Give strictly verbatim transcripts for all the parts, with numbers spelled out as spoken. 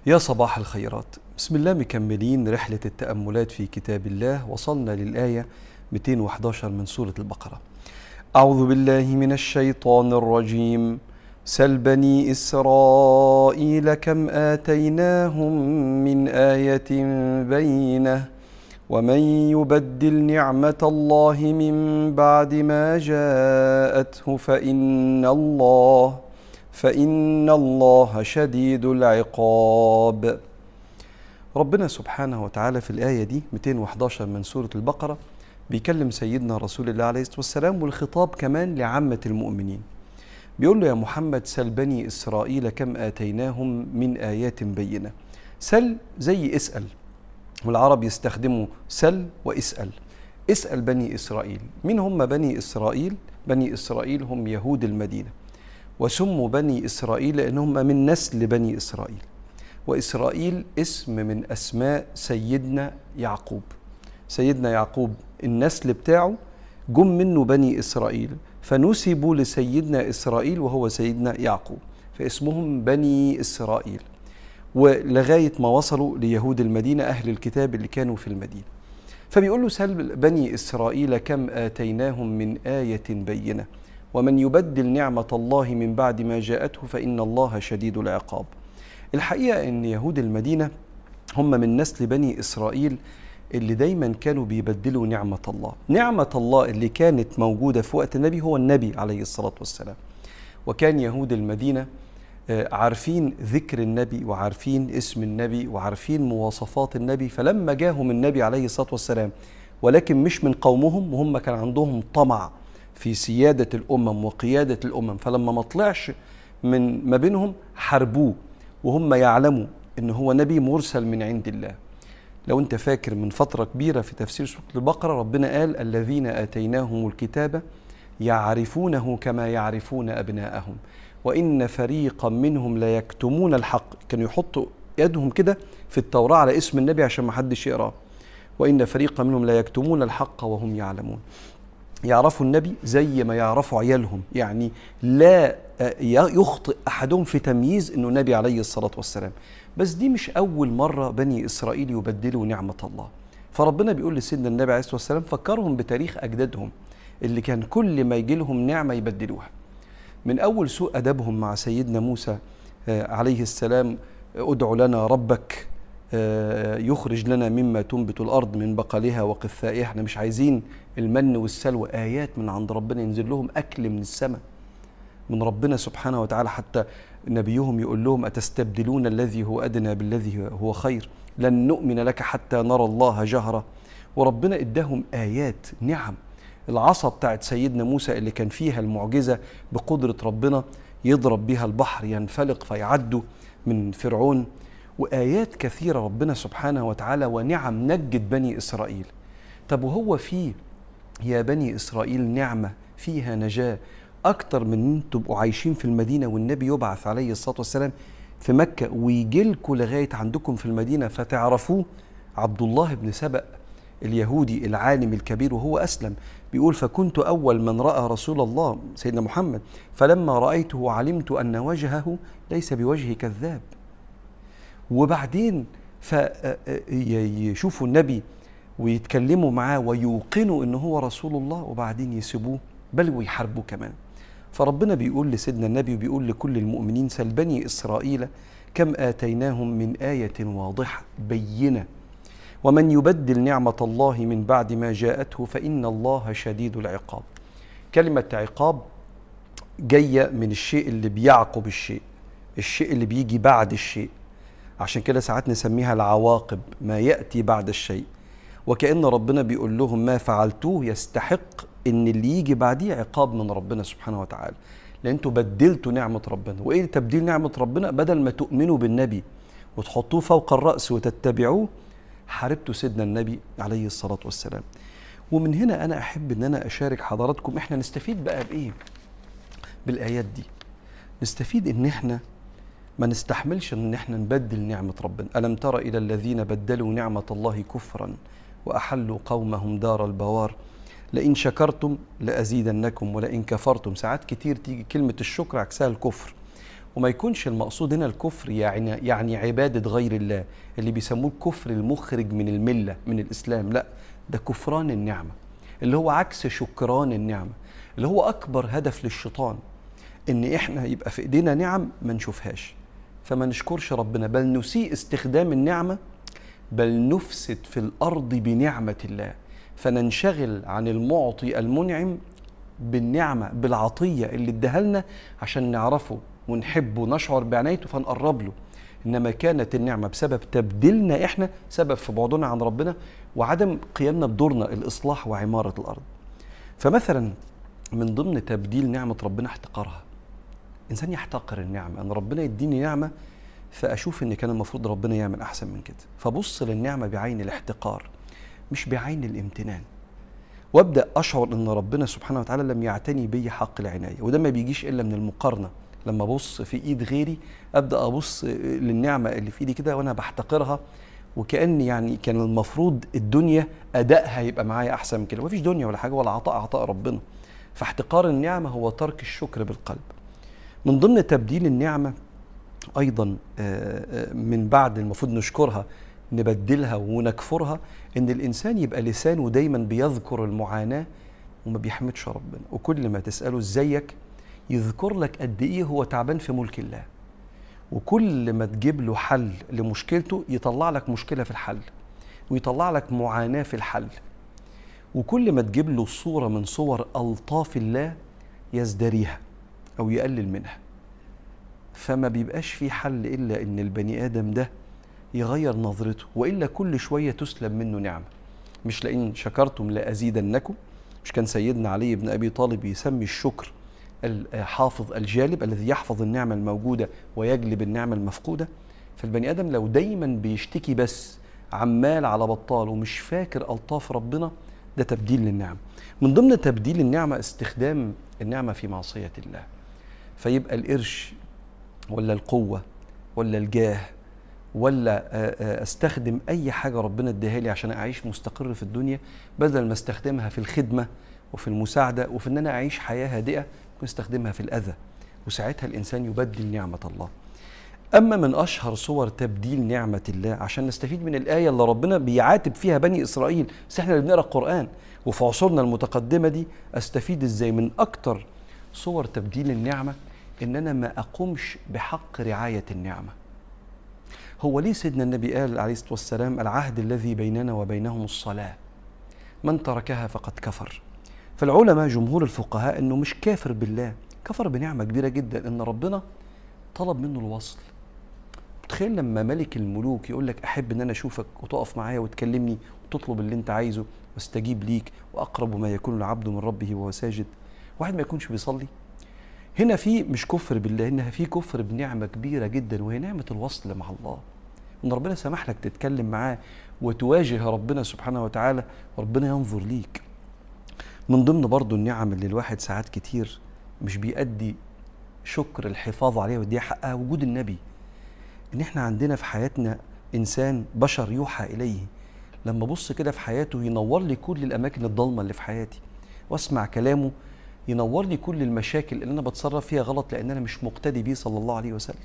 يا صباح الخيرات. بسم الله، مكملين رحلة التأملات في كتاب الله. وصلنا للآية مئتين وأحد عشر من سورة البقرة. أعوذ بالله من الشيطان الرجيم. سل بني إسرائيل كم آتيناهم من آية بينة ومن يبدل نعمة الله من بعد ما جاءته فإن الله فإن الله شديد العقاب. ربنا سبحانه وتعالى في الآية دي مئتين وأحد عشر من سورة البقرة بيكلم سيدنا رسول الله عليه الصلاة والسلام، والخطاب كمان لعامة المؤمنين. بيقول له: يا محمد، سل بني إسرائيل كم آتيناهم من آيات بينة. سل زي اسأل، والعرب يستخدموا سل واسأل. اسأل بني إسرائيل. مين هم بني إسرائيل؟ بني إسرائيل هم يهود المدينة، وسموا بني إسرائيل لأنهم من نسل بني إسرائيل. وإسرائيل اسم من أسماء سيدنا يعقوب. سيدنا يعقوب النسل بتاعه جم منه بني إسرائيل، فنسبوا لسيدنا إسرائيل وهو سيدنا يعقوب، فاسمهم بني إسرائيل، ولغاية ما وصلوا ليهود المدينة أهل الكتاب اللي كانوا في المدينة. فبيقول له: سل بني إسرائيل كم آتيناهم من آية بينة ومن يبدل نعمة الله من بعد ما جاءته فإن الله شديد العقاب. الحقيقة أن يهود المدينة هم من نسل بني إسرائيل اللي دايما كانوا بيبدلوا نعمة الله. نعمة الله اللي كانت موجودة في وقت النبي هو النبي عليه الصلاة والسلام، وكان يهود المدينة عارفين ذكر النبي وعارفين اسم النبي وعارفين مواصفات النبي. فلما جاهم النبي عليه الصلاة والسلام، ولكن مش من قومهم، وهم كان عندهم طمع في سيادة الأمم وقيادة الأمم، فلما ما طلعش من ما بينهم حاربوه، وهم يعلموا إن هو نبي مرسل من عند الله. لو أنت فاكر من فترة كبيرة في تفسير سورة البقرة ربنا قال: الذين آتيناهم الكتاب يعرفونه كما يعرفون أبناءهم وإن فريقا منهم لا يكتمون الحق. كانوا يحطوا يدهم كده في التوراة على اسم النبي عشان ما حدش يقراه. وإن فريقا منهم لا يكتمون الحق وهم يعلمون. يعرفوا النبي زي ما يعرفوا عيالهم، يعني لا يخطئ أحدهم في تمييز أنه نبي عليه الصلاة والسلام. بس دي مش أول مرة بني إسرائيل يبدلوا نعمة الله. فربنا بيقول لسيدنا النبي عليه الصلاة والسلام: فكرهم بتاريخ أجدادهم اللي كان كل ما يجي لهم نعمة يبدلوها. من أول سوء أدبهم مع سيدنا موسى عليه السلام: ادع لنا ربك يخرج لنا مما تنبت الأرض من بقلها وقثائها. احنا مش عايزين المن والسلوى، آيات من عند ربنا، ينزل لهم أكل من السماء من ربنا سبحانه وتعالى. حتى نبيهم يقول لهم: أتستبدلون الذي هو أدنى بالذي هو خير، لن نؤمن لك حتى نرى الله جهرة. وربنا إداهم آيات، نعم. العصا بتاعت سيدنا موسى اللي كان فيها المعجزة بقدرة ربنا يضرب بها البحر ينفلق فيعدوا من فرعون، وآيات كثيرة ربنا سبحانه وتعالى ونعم نجد بني إسرائيل. طب وهو فيه يا بني إسرائيل نعمة فيها نجاة أكتر من أن تبقوا عايشين في المدينة والنبي يبعث عليه الصلاة والسلام في مكة ويجيلكوا لغاية عندكم في المدينة فتعرفوه؟ عبد الله بن سبأ اليهودي العالم الكبير وهو أسلم بيقول: فكنت أول من رأى رسول الله سيدنا محمد فلما رأيته علمت أن وجهه ليس بوجه كذاب. وبعدين فيشوفوا النبي ويتكلموا معاه ويوقنوا أنه هو رسول الله، وبعدين يسيبوه بل ويحاربوه كمان. فربنا بيقول لسيدنا النبي وبيقول لكل المؤمنين: سل بني إسرائيل كم آتيناهم من آية واضحة بينة ومن يبدل نعمة الله من بعد ما جاءته فإن الله شديد العقاب. كلمة عقاب جاية من الشيء اللي بيعقب الشيء، الشيء اللي بيجي بعد الشيء، عشان كده ساعات نسميها العواقب، ما يأتي بعد الشيء. وكأن ربنا بيقول لهم: ما فعلتوه يستحق ان اللي يجي بعديه عقاب من ربنا سبحانه وتعالى، لان انتوا بدلتوا نعمة ربنا. وايه تبديل نعمة ربنا؟ بدل ما تؤمنوا بالنبي وتحطوه فوق الرأس وتتبعوه، حاربتوا سيدنا النبي عليه الصلاة والسلام. ومن هنا انا احب ان انا اشارك حضراتكم احنا نستفيد بقى بايه بالايات دي. نستفيد ان احنا ما نستحملش ان احنا نبدل نعمة ربنا. ألم تر إلى الذين بدلوا نعمة الله كفرا وأحلوا قومهم دار البوار لئن شكرتم لأزيدنكم ولئن كفرتم. ساعات كتير تيجي كلمة الشكر عكسها الكفر، وما يكونش المقصود هنا الكفر يعني يعني عبادة غير الله اللي بيسموه الكفر المخرج من الملة من الإسلام، لا، ده كفران النعمة اللي هو عكس شكران النعمة، اللي هو أكبر هدف للشيطان، إن إحنا يبقى في إيدينا نعم ما نشوفهاش فما نشكرش ربنا، بل نسيء استخدام النعمة، بل نفسد في الأرض بنعمة الله، فننشغل عن المعطي المنعم بالنعمة بالعطية اللي اداها لنا عشان نعرفه ونحبه ونشعر بعنايته فنقرب له. إنما كانت النعمة بسبب تبديلنا إحنا سبب في بعدنا عن ربنا وعدم قيامنا بدورنا الإصلاح وعمارة الأرض. فمثلا من ضمن تبديل نعمة ربنا احتقارها. إنسان يحتقر النعمة، أن ربنا يديني نعمة فأشوف إن كان المفروض ربنا يعمل أحسن من كده، فبص للنعمة بعين الاحتقار مش بعين الامتنان، وابدأ أشعر إن ربنا سبحانه وتعالى لم يعتني بي حق العناية. وده ما بيجيش إلا من المقارنة، لما أبص في إيد غيري أبدأ أبص للنعمة اللي في إيدي كده وأنا بحتقرها، وكأن يعني كان المفروض الدنيا أدائها يبقى معايا أحسن من كده. مفيش دنيا ولا حاجة، ولا عطاء عطاء ربنا. فاحتقار النعمة هو ترك الشكر بالقلب. من ضمن تبديل النعمة أيضا من بعد المفروض نشكرها نبدلها ونكفرها، إن الإنسان يبقى لسانه دايما بيذكر المعاناة وما بيحمدش ربنا، وكل ما تسأله إزيك يذكر لك قد إيه هو تعبان في ملك الله، وكل ما تجيب له حل لمشكلته يطلع لك مشكلة في الحل ويطلع لك معاناة في الحل، وكل ما تجيب له صورة من صور ألطاف الله يزدريها أو يقلل منها. فما بيبقاش في حل إلا إن البني آدم ده يغير نظرته، وإلا كل شوية تسلب منه نعمة. مش لئن شكرتم لأزيدنكم، مش كان سيدنا علي بن أبي طالب يسمي الشكر الحافظ الجالب الذي يحفظ النعمة الموجودة ويجلب النعمة المفقودة؟ فالبني آدم لو دايما بيشتكي بس عمال على بطال ومش فاكر ألطاف ربنا، ده تبديل للنعمة. من ضمن تبديل النعمة استخدام النعمة في معصية الله، فيبقى القرش ولا القوة ولا الجاه ولا استخدم اي حاجة ربنا اداها لي عشان اعيش مستقر في الدنيا، بدل ما استخدمها في الخدمة وفي المساعدة وفي ان انا اعيش حياة هادئة، ممكن استخدمها في الاذى، وساعتها الانسان يبدل نعمة الله. اما من اشهر صور تبديل نعمة الله عشان نستفيد من الاية اللي ربنا بيعاتب فيها بني اسرائيل، بس احنا اللي بنقرا القرآن وفي عصورنا المتقدمة دي استفيد ازاي من اكتر صور تبديل النعمة، ان انا ما اقومش بحق رعاية النعمة. هو ليه سيدنا النبي قال عليه الصلاة والسلام العهد الذي بيننا وبينهم الصلاة، من تركها فقد كفر. فالعلماء جمهور الفقهاء انه مش كافر بالله، كفر بنعمة كبيرة جدا ان ربنا طلب منه الوصل. تخيل لما ملك الملوك يقول لك احب ان انا اشوفك وتقف معايا وتكلمني وتطلب اللي انت عايزه واستجيب ليك، واقرب ما يكون العبد من ربه وهو ساجد، واحد ما يكونش بيصلي. هنا في مش كفر بالله، هنا في كفر بنعمة كبيرة جدا، وهي نعمة الوصل مع الله، ان ربنا سمح لك تتكلم معاه وتواجه ربنا سبحانه وتعالى وربنا ينظر ليك. من ضمن برضو النعم اللي الواحد ساعات كتير مش بيأدي شكر الحفاظ عليها ودي حقها، وجود النبي. ان احنا عندنا في حياتنا انسان بشر يوحى اليه، لما ابص كده في حياته ينور لي كل الاماكن الضلمة اللي في حياتي، واسمع كلامه ينور لي كل المشاكل اللي انا بتصرف فيها غلط لان انا مش مقتدي بيه صلى الله عليه وسلم.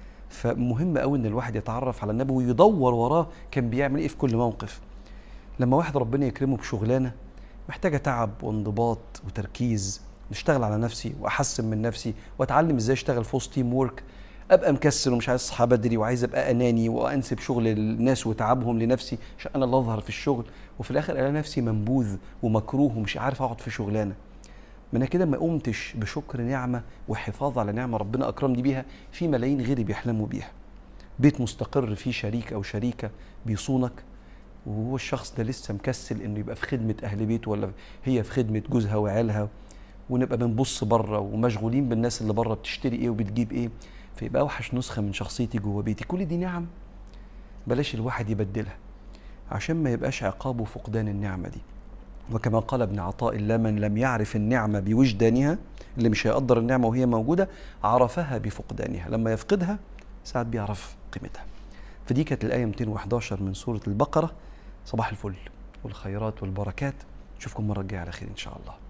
فمهم قوي ان الواحد يتعرف على النبي ويدور وراه كان بيعمل ايه في كل موقف. لما واحد ربنا يكرمه بشغلانه محتاجه تعب وانضباط وتركيز، نشتغل على نفسي واحسن من نفسي واتعلم ازاي اشتغل في وسط تيم وورك، ابقى مكسل ومش عايز اصحى بدري وعايز ابقى اناني وانسب شغل الناس وتعبهم لنفسي عشان انا اللي اظهر في الشغل، وفي الاخر الاقي نفسي منبوذ ومكروه ومش عارف اقعد في شغلانه. من كده ما قمتش بشكر نعمة وحفاظ على نعمة ربنا أكرمني بيها في ملايين غيري بيحلموا بيها. بيت مستقر فيه شريك أو شريكة بيصونك، وهو الشخص ده لسه مكسل إنه يبقى في خدمة أهل بيته ولا هي في خدمة جوزها وعيالها، ونبقى بنبص بره ومشغولين بالناس اللي بره بتشتري إيه وبتجيب إيه، فيبقى أوحش نسخة من شخصيتي جوه بيتي. كل دي نعم بلاش الواحد يبدلها عشان ما يبقاش عقابه فقدان النعمة دي. وكما قال ابن عطاء الله من لم يعرف النعمة بوجدانها، اللي مش هيقدر النعمة وهي موجودة عرفها بفقدانها، لما يفقدها ساعات بيعرف قيمتها. فدي كانت الآية مئتين وأحد عشر من سورة البقرة. صباح الفل والخيرات والبركات، نشوفكم مرة الجاية على خير إن شاء الله.